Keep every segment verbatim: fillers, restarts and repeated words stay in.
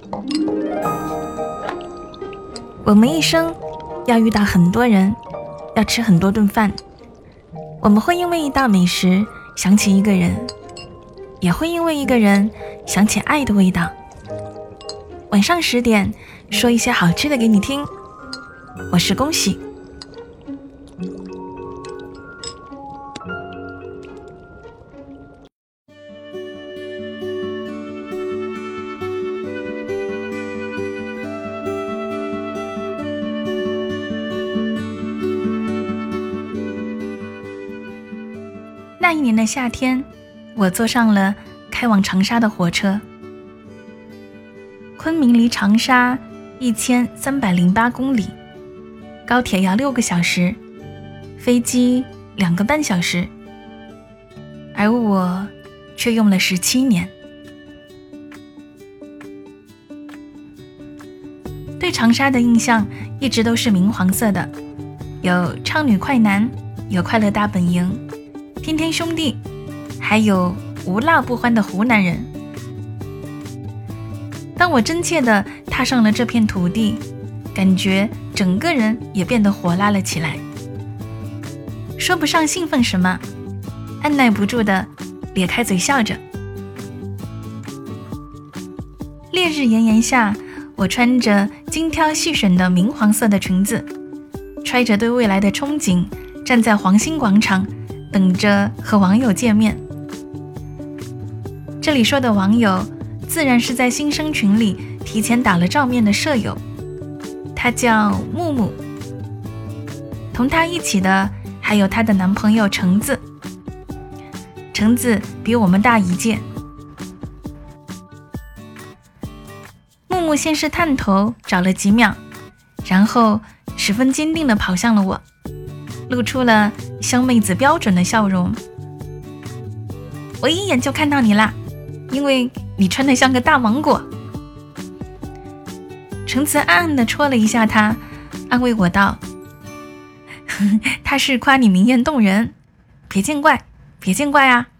我们一生要遇到很多人，要吃很多顿饭，我们会因为一道美食想起一个人，也会因为一个人想起爱的味道。晚上十点，说一些好吃的给你听，我是恭喜。那一年的夏天，我坐上了开往长沙的火车。昆明离长沙一千三百零八公里，高铁要六个小时，飞机两个半小时，而我却用了十七年。对长沙的印象一直都是明黄色的，有畅女快男，有快乐大本营，天天兄弟，还有无辣不欢的湖南人。当我真切地踏上了这片土地，感觉整个人也变得火辣了起来，说不上兴奋什么，按耐不住地咧开嘴笑着。烈日炎炎下，我穿着精挑细选的明黄色的裙子，揣着对未来的憧憬，站在黄兴广场等着和网友见面。这里说的网友自然是在新生群里提前打了照面的舍友，她叫木木。同她一起的还有她的男朋友橙子，橙子比我们大一届。木木先是探头找了几秒，然后十分坚定地跑向了我，露出了香妹子标准的笑容。我一眼就看到你啦，因为你穿得像个大芒果。橙子暗暗地戳了一下他，安慰我道，他是夸你明艳动人，别见怪别见怪啊。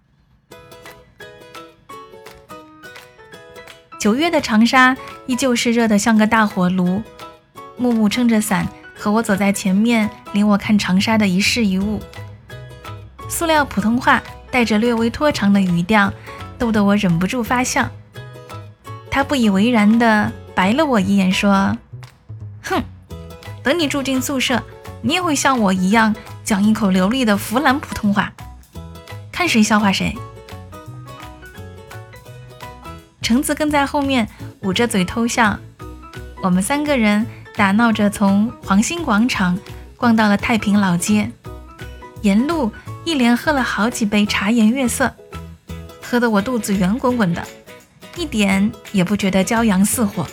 九月的长沙依旧是热得像个大火炉，木木撑着伞和我走在前面，领我看长沙的一事一物。塑料普通话带着略微拖长的语调，逗得我忍不住发笑。他不以为然地白了我一眼说，哼，等你住进宿舍，你也会像我一样讲一口流利的湖南普通话，看谁笑话谁。橙子跟在后面捂着嘴偷笑。我们三个人打闹着从黄兴广场逛到了太平老街，沿路一连喝了好几杯茶颜悦色，喝得我肚子圆滚滚的，一点也不觉得骄阳似火。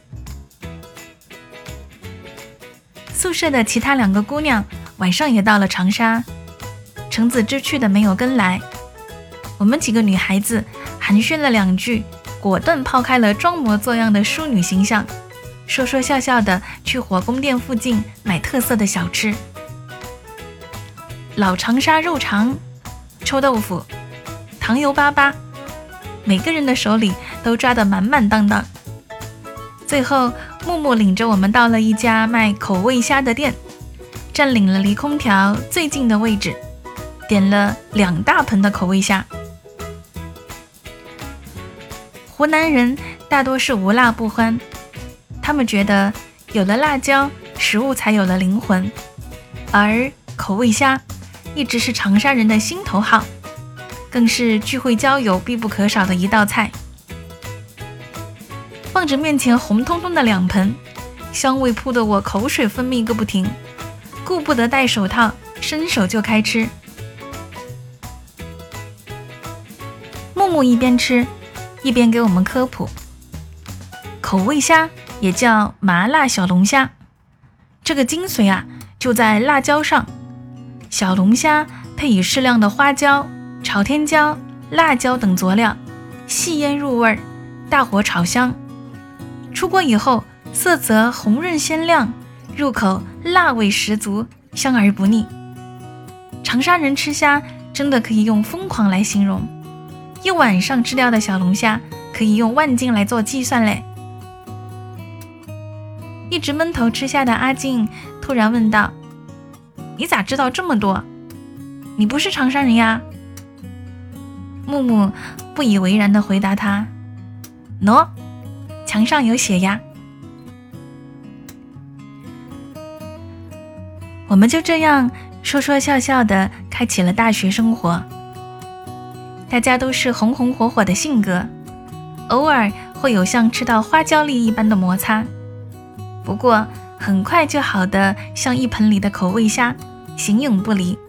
宿舍的其他两个姑娘晚上也到了长沙，橙子知趣的没有跟来。我们几个女孩子寒暄了两句，果断抛开了装模作样的淑女形象，说说笑笑的去火宫殿附近买特色的小吃，老长沙肉肠、臭豆腐、糖油粑粑，每个人的手里都抓得满满当当。最后木木领着我们到了一家卖口味虾的店，占领了离空调最近的位置，点了两大盆的口味虾。湖南人大多是无辣不欢，他们觉得有了辣椒，食物才有了灵魂，而口味虾一直是长沙人的心头好，更是聚会交友必不可少的一道菜。望着面前红彤彤的两盆，香味扑得我口水分泌个不停，顾不得戴手套，伸手就开吃。木木一边吃一边给我们科普，口味虾也叫麻辣小龙虾，这个精髓啊就在辣椒上。小龙虾配以适量的花椒、朝天椒、辣椒等佐料，细腌入味，大火炒香。出锅以后，色泽红润鲜亮，入口辣味十足，香而不腻。长沙人吃虾真的可以用疯狂来形容，一晚上吃掉的小龙虾可以用万斤来做计算嘞。 一直闷头吃虾的阿静突然问道：你咋知道这么多？你不是长沙人呀？木木不以为然地回答他：喏，墙上有写呀。我们就这样说说笑笑地开启了大学生活。大家都是红红火火的性格，偶尔会有像吃到花椒粒一般的摩擦，不过很快就好的像一盆里的口味虾，形影不离。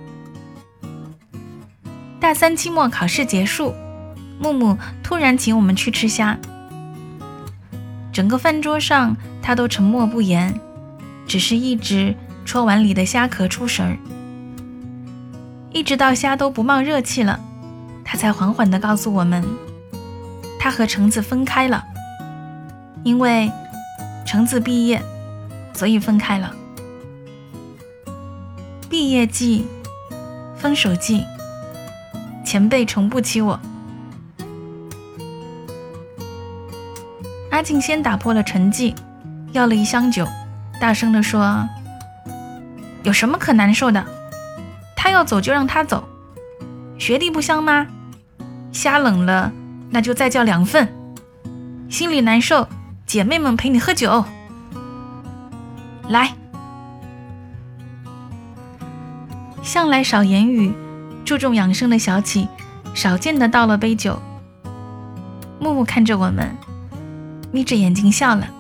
大三期末考试结束，木木突然请我们去吃虾。整个饭桌上他都沉默不言，只是一直戳碗里的虾壳出神儿，一直到虾都不冒热气了，他才缓缓地告诉我们，他和橙子分开了，因为橙子毕业，所以分开了。毕业季，分手季，前辈宠不起我。阿静先打破了沉寂，要了一箱酒，大声地说：有什么可难受的？他要走就让他走，学弟不香吗？虾冷了，那就再叫两份。心里难受，姐妹们陪你喝酒。来。向来少言语，注重养生的小启少见的倒了杯酒。木木看着我们，眯着眼睛笑了。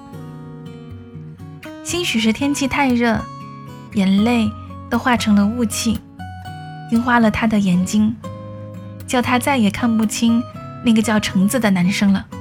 兴许是天气太热，眼泪都化成了雾气，晕花了他的眼睛，叫他再也看不清那个叫橙子的男生了。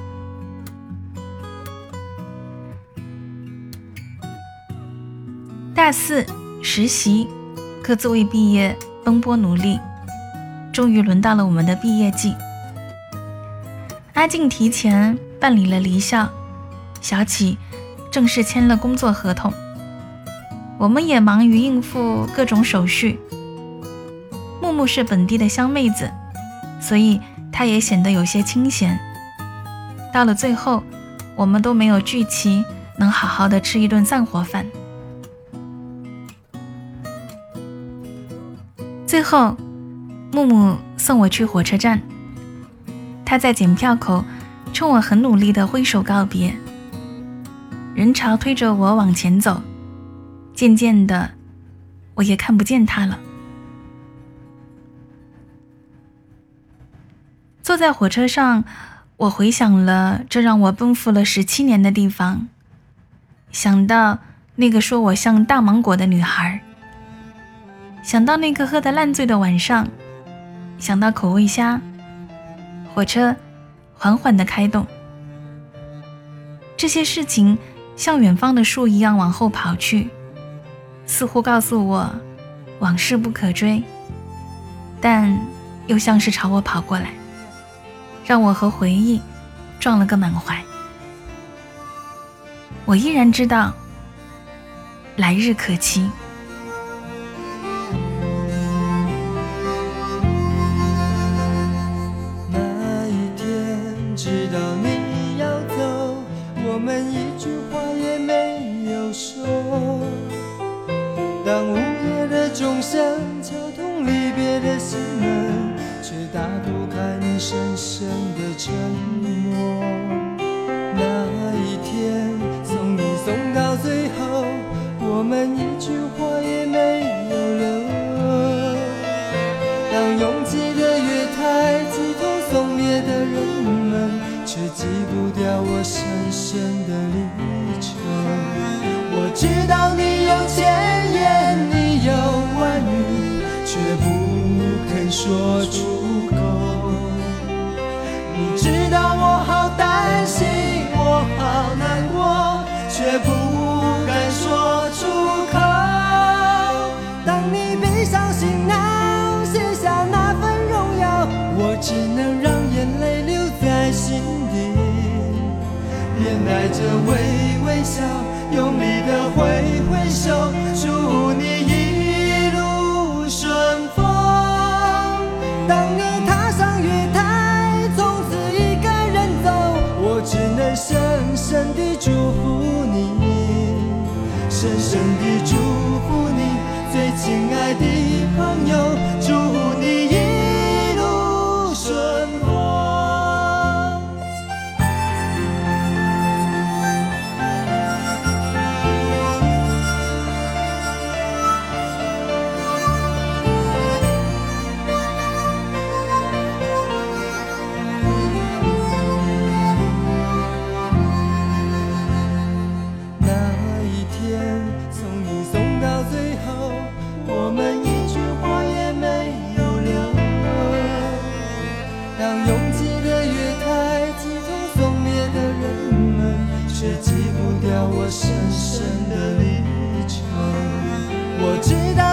大四实习，各自为毕业奔波努力，终于轮到了我们的毕业季。阿静提前办理了离校，小启正式签了工作合同，我们也忙于应付各种手续。木木是本地的湘妹子，所以她也显得有些清闲。到了最后，我们都没有聚齐能好好的吃一顿散伙饭。最后，木木送我去火车站，他在检票口冲我很努力地挥手告别。人潮推着我往前走，渐渐的，我也看不见他了。坐在火车上，我回想了这让我奔赴了十七年的地方，想到那个说我像大芒果的女孩，想到那个喝得烂醉的晚上，想到口味虾。火车缓缓地开动，这些事情像远方的树一样往后跑去，似乎告诉我往事不可追，但又像是朝我跑过来，让我和回忆撞了个满怀。我依然知道来日可期。 那一天知道你要走，我们一句话也没有说，当午夜的钟声敲痛离别的心门，却打不开你深深的沉默。那一天送你送到最后，我们一句话也没有留，当拥挤的月台挤痛送别的人们，却挤不掉我深深的离愁。我知道你有千言，你有万语，却不肯说出口。你知道我好担心，我好难过，却不敢说出口。当你背上行囊，卸下那份荣耀，我只能让眼泪留在心底，连带着微微笑，用力的挥挥手，祝你一路顺风。当你踏上月台，从此一个人走，我只能深深地祝福你， 当拥挤的月台，鸡同松灭的人们，却挤不掉我深深的离愁。我知道